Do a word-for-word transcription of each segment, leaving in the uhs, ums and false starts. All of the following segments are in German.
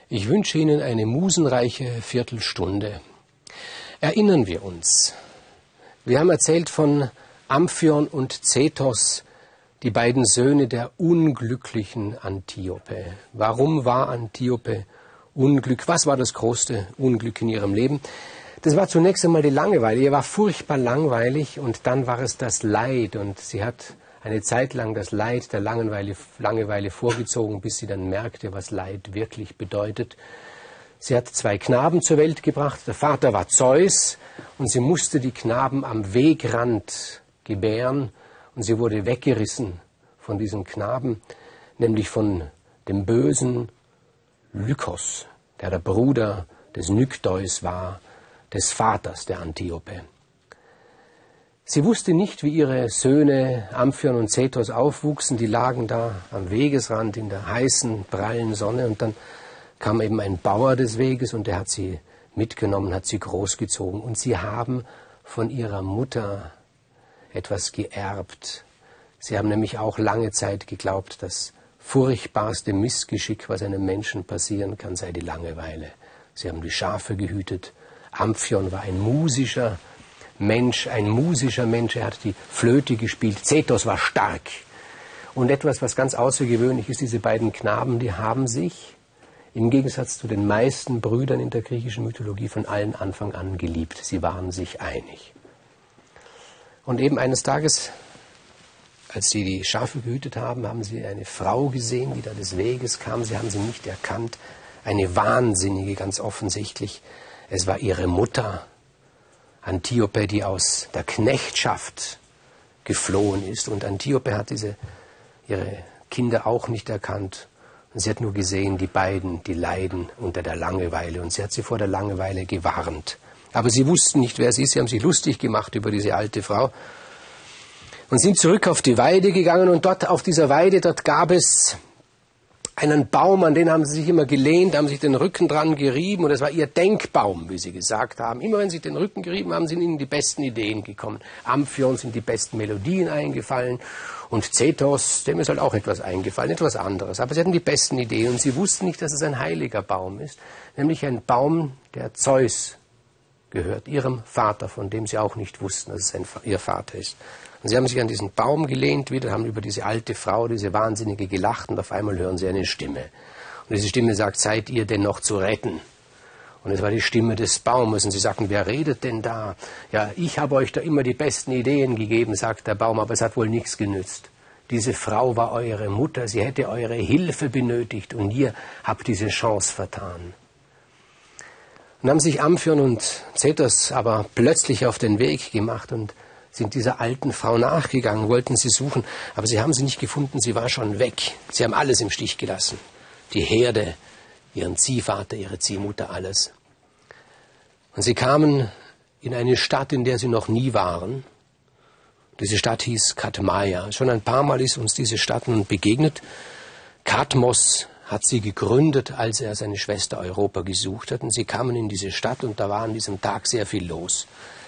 Ich wünsche Ihnen eine musenreiche Viertelstunde. Erinnern wir uns. Wir haben erzählt von Amphion und Zethos, die beiden Söhne der unglücklichen Antiope. Warum war Antiope Unglück? Was war das größte Unglück in ihrem Leben? Das war zunächst einmal die Langeweile. Ihr war furchtbar langweilig und dann war es das Leid. Und sie hat eine Zeit lang das Leid der Langeweile, Langeweile vorgezogen, bis sie dann merkte, was Leid wirklich bedeutet. Sie hat zwei Knaben zur Welt gebracht. Der Vater war Zeus und sie musste die Knaben am Wegrand gebären. Und sie wurde weggerissen von diesen Knaben, nämlich von dem bösen Lykos, der der Bruder des Nykteus war, des Vaters der Antiope. Sie wusste nicht, wie ihre Söhne Amphion und Zethos aufwuchsen. Die lagen da am Wegesrand in der heißen, prallen Sonne. Und dann kam eben ein Bauer des Weges und der hat sie mitgenommen, hat sie großgezogen. Und sie haben von ihrer Mutter etwas geerbt. Sie haben nämlich auch lange Zeit geglaubt, das furchtbarste Missgeschick, was einem Menschen passieren kann, sei die Langeweile. Sie haben die Schafe gehütet. Amphion war ein musischer Mensch, ein musischer Mensch, er hat die Flöte gespielt. Zethos war stark. Und etwas, was ganz außergewöhnlich ist, diese beiden Knaben, die haben sich im Gegensatz zu den meisten Brüdern in der griechischen Mythologie von allen Anfang an geliebt. Sie waren sich einig. Und eben eines Tages, als sie die Schafe gehütet haben, haben sie eine Frau gesehen, die da des Weges kam. Sie haben sie nicht erkannt. Eine Wahnsinnige, ganz offensichtlich. Es war ihre Mutter, Antiope, die aus der Knechtschaft geflohen ist. Und Antiope hat diese, ihre Kinder auch nicht erkannt. Und sie hat nur gesehen, die beiden, die leiden unter der Langeweile. Und sie hat sie vor der Langeweile gewarnt. Aber sie wussten nicht, wer sie ist. Sie haben sich lustig gemacht über diese alte Frau. Und sind zurück auf die Weide gegangen. Und dort auf dieser Weide, dort gab es einen Baum, an den haben sie sich immer gelehnt, haben sich den Rücken dran gerieben. Und das war ihr Denkbaum, wie sie gesagt haben. Immer wenn sie den Rücken gerieben haben, sind ihnen die besten Ideen gekommen. Amphion sind die besten Melodien eingefallen. Und Zethos, dem ist halt auch etwas eingefallen, etwas anderes. Aber sie hatten die besten Ideen. Und sie wussten nicht, dass es ein heiliger Baum ist. Nämlich ein Baum, der Zeus gehört, ihrem Vater, von dem sie auch nicht wussten, dass es ein, ihr Vater ist. Und sie haben sich an diesen Baum gelehnt wieder, haben über diese alte Frau, diese Wahnsinnige gelacht und auf einmal hören sie eine Stimme. Und diese Stimme sagt, seid ihr denn noch zu retten? Und es war die Stimme des Baumes und sie sagten, wer redet denn da? Ja, ich habe euch da immer die besten Ideen gegeben, sagt der Baum, aber es hat wohl nichts genützt. Diese Frau war eure Mutter, sie hätte eure Hilfe benötigt und ihr habt diese Chance vertan. Und haben sich Amphion und Zethos aber plötzlich auf den Weg gemacht und sind dieser alten Frau nachgegangen, wollten sie suchen, aber sie haben sie nicht gefunden, sie war schon weg. Sie haben alles im Stich gelassen. Die Herde, ihren Ziehvater, ihre Ziehmutter, alles. Und sie kamen in eine Stadt, in der sie noch nie waren. Diese Stadt hieß Katmaia. Schon ein paar Mal ist uns diese Stadt nun begegnet. Kadmos hat sie gegründet, als er seine Schwester Europa gesucht hat. Und sie kamen in diese Stadt und da war an diesem Tag sehr viel los.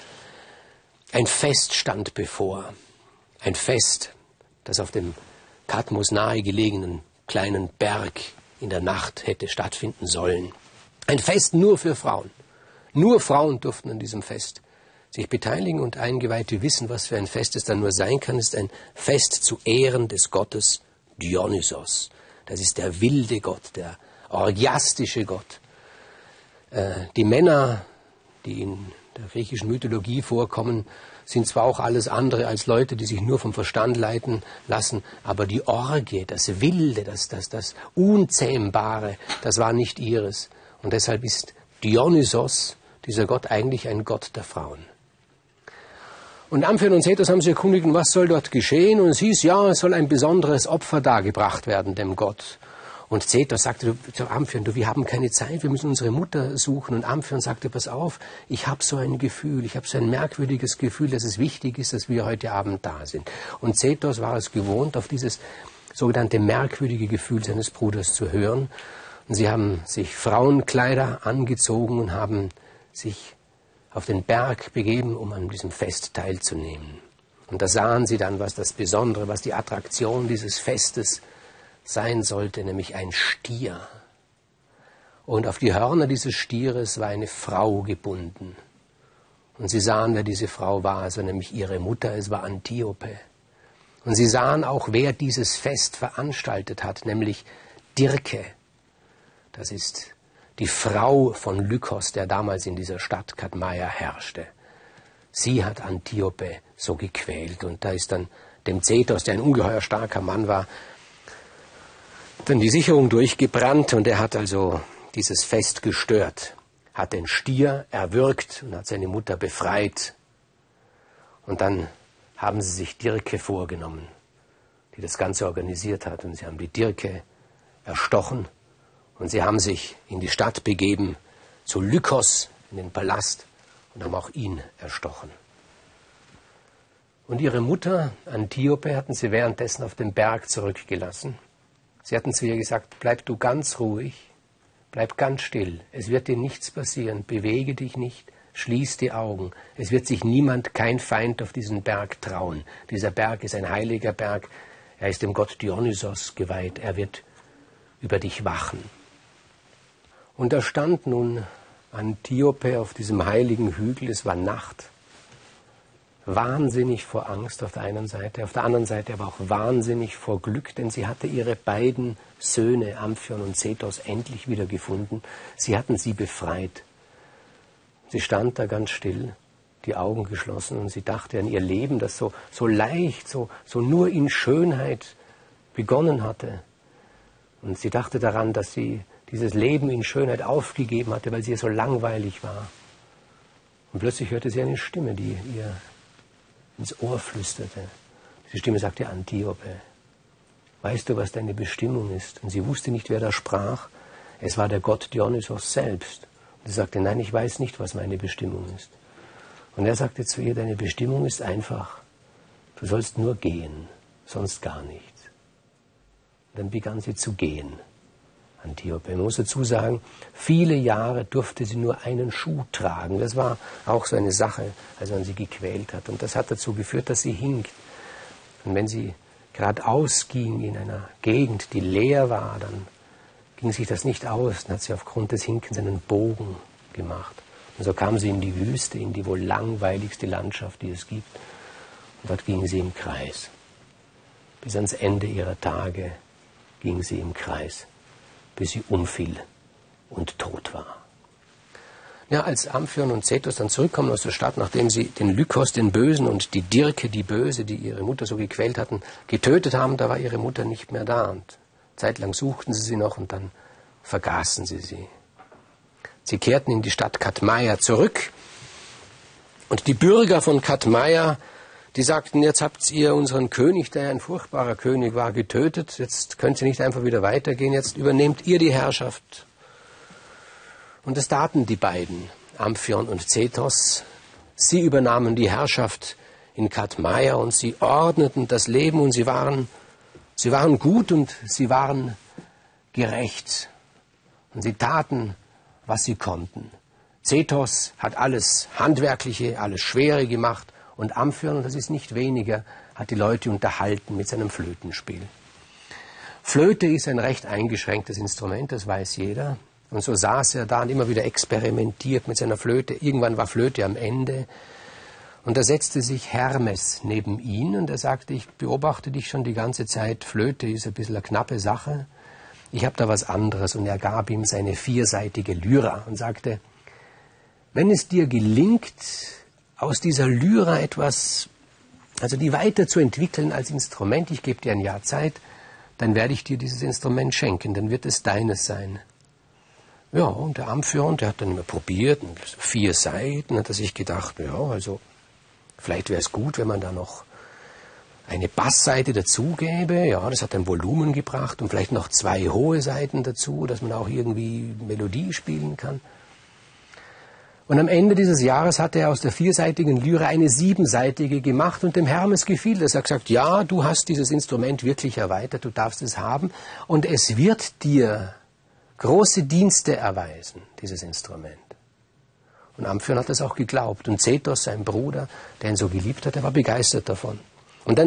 Ein Fest stand bevor. Ein Fest, das auf dem Kadmos nahegelegenen kleinen Berg in der Nacht hätte stattfinden sollen. Ein Fest nur für Frauen. Nur Frauen durften an diesem Fest sich beteiligen und Eingeweihte wissen, was für ein Fest es dann nur sein kann. Es ist ein Fest zu Ehren des Gottes Dionysos. Das ist der wilde Gott, der orgiastische Gott. Äh, die Männer, die in der griechischen Mythologie vorkommen, sind zwar auch alles andere als Leute, die sich nur vom Verstand leiten lassen, aber die Orgie, das Wilde, das, das, das Unzähmbare, das war nicht ihres. Und deshalb ist Dionysos, dieser Gott, eigentlich ein Gott der Frauen. Und Amphion und Zethos haben sich erkundigt, was soll dort geschehen? Und es hieß, ja, es soll ein besonderes Opfer dargebracht werden dem Gott. Und Zethos sagte zu Amphion, du, wir haben keine Zeit, wir müssen unsere Mutter suchen. Und Amphion sagte, pass auf, ich habe so ein Gefühl, ich habe so ein merkwürdiges Gefühl, dass es wichtig ist, dass wir heute Abend da sind. Und Zethos war es gewohnt, auf dieses sogenannte merkwürdige Gefühl seines Bruders zu hören. Und sie haben sich Frauenkleider angezogen und haben sich auf den Berg begeben, um an diesem Fest teilzunehmen. Und da sahen sie dann, was das Besondere, was die Attraktion dieses Festes sein sollte, nämlich ein Stier. Und auf die Hörner dieses Stieres war eine Frau gebunden. Und sie sahen, wer diese Frau war, also nämlich ihre Mutter, es war Antiope. Und sie sahen auch, wer dieses Fest veranstaltet hat, nämlich Dirke. Das ist die Frau von Lykos, der damals in dieser Stadt Kadmeia herrschte. Sie hat Antiope so gequält. Und da ist dann dem Zetos, der ein ungeheuer starker Mann war, dann die Sicherung durchgebrannt. Und er hat also dieses Fest gestört, hat den Stier erwürgt und hat seine Mutter befreit. Und dann haben sie sich Dirke vorgenommen, die das Ganze organisiert hat. Und sie haben die Dirke erstochen und sie haben sich in die Stadt begeben, zu Lykos, in den Palast, und haben auch ihn erstochen. Und ihre Mutter, Antiope, hatten sie währenddessen auf dem Berg zurückgelassen. Sie hatten zu ihr gesagt, bleib du ganz ruhig, bleib ganz still, es wird dir nichts passieren, bewege dich nicht, schließ die Augen. Es wird sich niemand, kein Feind auf diesen Berg trauen. Dieser Berg ist ein heiliger Berg, er ist dem Gott Dionysos geweiht, er wird über dich wachen. Und da stand nun Antiope auf diesem heiligen Hügel, es war Nacht, wahnsinnig vor Angst auf der einen Seite, auf der anderen Seite aber auch wahnsinnig vor Glück, denn sie hatte ihre beiden Söhne, Amphion und Zetos, endlich wieder gefunden. Sie hatten sie befreit. Sie stand da ganz still, die Augen geschlossen, und sie dachte an ihr Leben, das so, so leicht, so, so nur in Schönheit begonnen hatte. Und sie dachte daran, dass sie dieses Leben in Schönheit aufgegeben hatte, weil sie ihr so langweilig war. Und plötzlich hörte sie eine Stimme, die ihr ins Ohr flüsterte. Diese Stimme sagte, Antiope, weißt du, was deine Bestimmung ist? Und sie wusste nicht, wer da sprach. Es war der Gott Dionysos selbst. Und sie sagte, nein, ich weiß nicht, was meine Bestimmung ist. Und er sagte zu ihr, deine Bestimmung ist einfach, du sollst nur gehen, sonst gar nichts. Und dann begann sie zu gehen. Antiope. Man muss dazu sagen, viele Jahre durfte sie nur einen Schuh tragen. Das war auch so eine Sache, als man sie gequält hat. Und das hat dazu geführt, dass sie hinkt. Und wenn sie geradeaus ging in einer Gegend, die leer war, dann ging sich das nicht aus. Dann hat sie aufgrund des Hinkens einen Bogen gemacht. Und so kam sie in die Wüste, in die wohl langweiligste Landschaft, die es gibt. Und dort ging sie im Kreis. Bis ans Ende ihrer Tage ging sie im Kreis, bis sie umfiel und tot war. Ja, als Amphion und Zetos dann zurückkommen aus der Stadt, nachdem sie den Lykos, den Bösen, und die Dirke, die Böse, die ihre Mutter so gequält hatten, getötet haben, da war ihre Mutter nicht mehr da. Und zeitlang suchten sie sie noch und dann vergaßen sie sie. Sie kehrten in die Stadt Kadmeia zurück und die Bürger von Kadmeia, die sagten, jetzt habt ihr unseren König, der ein furchtbarer König war, getötet. Jetzt könnt ihr nicht einfach wieder weitergehen. Jetzt übernehmt ihr die Herrschaft. Und das taten die beiden, Amphion und Zetos. Sie übernahmen die Herrschaft in Kadmeia und sie ordneten das Leben und sie waren, sie waren gut und sie waren gerecht. Und sie taten, was sie konnten. Zetos hat alles Handwerkliche, alles Schwere gemacht. Und Amphion, und das ist nicht weniger, hat die Leute unterhalten mit seinem Flötenspiel. Flöte ist ein recht eingeschränktes Instrument, das weiß jeder. Und so saß er da und immer wieder experimentiert mit seiner Flöte. Irgendwann war Flöte am Ende. Und da setzte sich Hermes neben ihn und er sagte, ich beobachte dich schon die ganze Zeit. Flöte ist ein bisschen eine knappe Sache. Ich habe da was anderes. Und er gab ihm seine vierseitige Lyra und sagte, wenn es dir gelingt, aus dieser Lyra etwas, also die weiterzuentwickeln als Instrument, ich gebe dir ein Jahr Zeit, dann werde ich dir dieses Instrument schenken, dann wird es deines sein. Ja, und der Amphion, der hat dann immer probiert, vier Seiten, hat er sich gedacht, ja, also vielleicht wäre es gut, wenn man da noch eine Bassseite dazugäbe, ja, das hat ein Volumen gebracht und vielleicht noch zwei hohe Seiten dazu, dass man auch irgendwie Melodie spielen kann. Und am Ende dieses Jahres hat er aus der vierseitigen Lyra eine siebenseitige gemacht und dem Hermes gefiel das. Er hat gesagt, ja, du hast dieses Instrument wirklich erweitert, du darfst es haben und es wird dir große Dienste erweisen, dieses Instrument. Und Amphion hat das auch geglaubt und Zetos, sein Bruder, der ihn so geliebt hat, der war begeistert davon. Und dann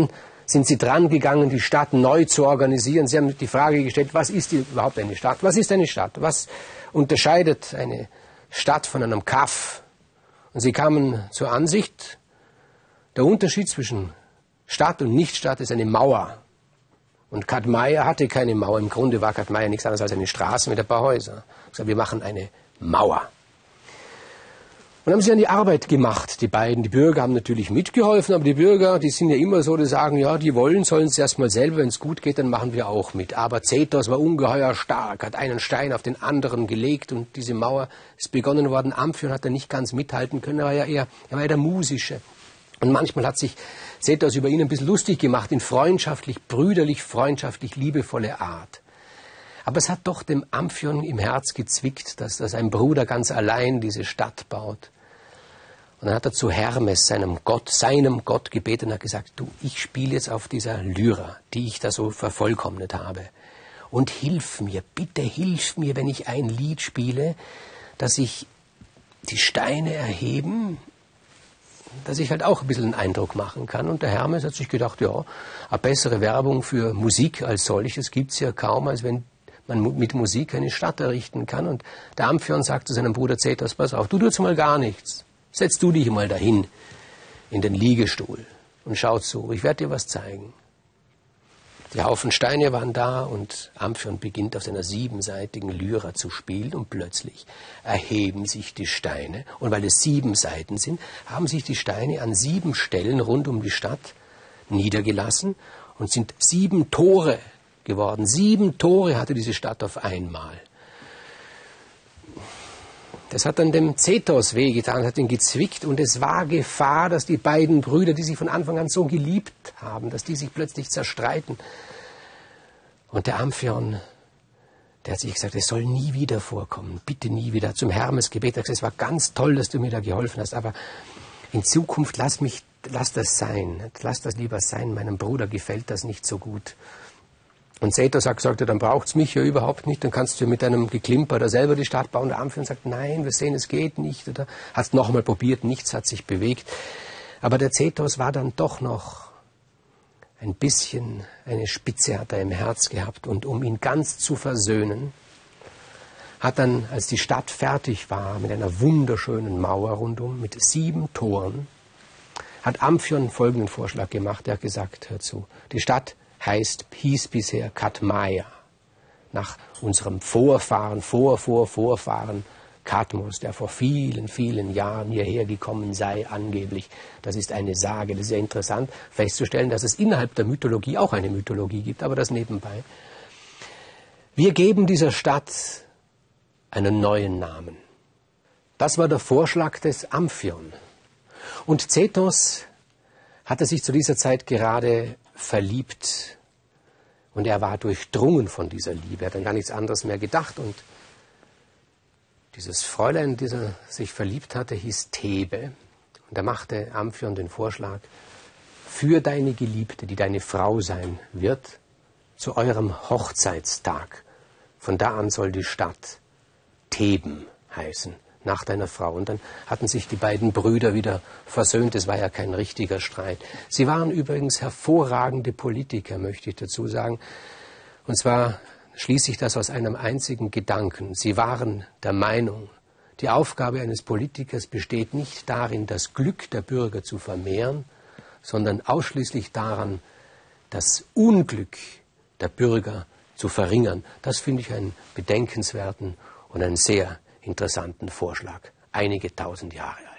sind sie dran gegangen, die Stadt neu zu organisieren. Sie haben die Frage gestellt, was ist die, überhaupt eine Stadt? Was ist eine Stadt? Was unterscheidet eine Stadt von einem Kaff? Und sie kamen zur Ansicht, der Unterschied zwischen Stadt und Nichtstadt ist eine Mauer. Und Katmaier hatte keine Mauer. Im Grunde war Katmaier nichts anderes als eine Straße mit ein paar Häusern. Also wir machen eine Mauer. Und haben sie an die Arbeit gemacht, die beiden. Die Bürger haben natürlich mitgeholfen, aber die Bürger, die sind ja immer so, die sagen, ja, die wollen, sollen es erstmal selber, wenn es gut geht, dann machen wir auch mit. Aber Zetos war ungeheuer stark, hat einen Stein auf den anderen gelegt und diese Mauer ist begonnen worden. Amphion hat er nicht ganz mithalten können, er war ja eher, er war ja der Musische. Und manchmal hat sich Zetos über ihn ein bisschen lustig gemacht, in freundschaftlich, brüderlich, freundschaftlich, liebevolle Art. Aber es hat doch dem Amphion im Herz gezwickt, dass, dass ein Bruder ganz allein diese Stadt baut. Und dann hat er zu Hermes, seinem Gott, seinem Gott gebeten und hat gesagt, du, ich spiele jetzt auf dieser Lyra, die ich da so vervollkommnet habe. Und hilf mir, bitte hilf mir, wenn ich ein Lied spiele, dass ich die Steine erheben, dass ich halt auch ein bisschen einen Eindruck machen kann. Und der Hermes hat sich gedacht, ja, eine bessere Werbung für Musik als solches gibt es ja kaum, als wenn man mit Musik eine Stadt errichten kann. Und der Amphion sagt zu seinem Bruder Zetos, pass auf, du tust mal gar nichts. Setz du dich mal dahin in den Liegestuhl und schau zu. Ich werde dir was zeigen. Die Haufen Steine waren da und Amphion beginnt auf seiner siebenseitigen Lyra zu spielen und plötzlich erheben sich die Steine. Und weil es sieben Seiten sind, haben sich die Steine an sieben Stellen rund um die Stadt niedergelassen und sind sieben Tore geworden. Sieben Tore hatte diese Stadt auf einmal. Das hat dann dem Zetos wehgetan, hat ihn gezwickt und es war Gefahr, dass die beiden Brüder, die sich von Anfang an so geliebt haben, dass die sich plötzlich zerstreiten. Und der Amphion, der hat sich gesagt, es soll nie wieder vorkommen, bitte nie wieder. Hat zum Hermes gebetet, hat gesagt, es war ganz toll, dass du mir da geholfen hast, aber in Zukunft lass mich, lass das sein, lass das lieber sein, meinem Bruder gefällt das nicht so gut. Und Zetos hat gesagt, ja, dann braucht's mich ja überhaupt nicht, dann kannst du mit deinem Geklimper da selber die Stadt bauen. Der Amphion sagt, nein, wir sehen, es geht nicht. Oder hat es nochmal probiert, nichts hat sich bewegt. Aber der Zetos war dann doch noch ein bisschen, eine Spitze hat er im Herz gehabt. Und um ihn ganz zu versöhnen, hat dann, als die Stadt fertig war, mit einer wunderschönen Mauer rundum, mit sieben Toren, hat Amphion folgenden Vorschlag gemacht. Er hat gesagt, hör zu, die Stadt heißt, hieß bisher Katmaier, nach unserem Vorfahren, Vor, Vor, Vorfahren Kadmos, der vor vielen, vielen Jahren hierher gekommen sei, angeblich. Das ist eine Sage. Das ist ja interessant festzustellen, dass es innerhalb der Mythologie auch eine Mythologie gibt, aber das nebenbei. Wir geben dieser Stadt einen neuen Namen. Das war der Vorschlag des Amphion. Und Zetos hatte sich zu dieser Zeit gerade verliebt und er war durchdrungen von dieser Liebe. Er hat an gar nichts anderes mehr gedacht und dieses Fräulein, das er sich verliebt hatte, hieß Thebe und da machte Amphion den Vorschlag, für deine Geliebte, die deine Frau sein wird, zu eurem Hochzeitstag. Von da an soll die Stadt Theben heißen, nach deiner Frau. Und dann hatten sich die beiden Brüder wieder versöhnt. Es war ja kein richtiger Streit. Sie waren übrigens hervorragende Politiker, möchte ich dazu sagen. Und zwar schließe ich das aus einem einzigen Gedanken. Sie waren der Meinung, die Aufgabe eines Politikers besteht nicht darin, das Glück der Bürger zu vermehren, sondern ausschließlich daran, das Unglück der Bürger zu verringern. Das finde ich einen bedenkenswerten und einen sehr interessanten Vorschlag, einige tausend Jahre alt.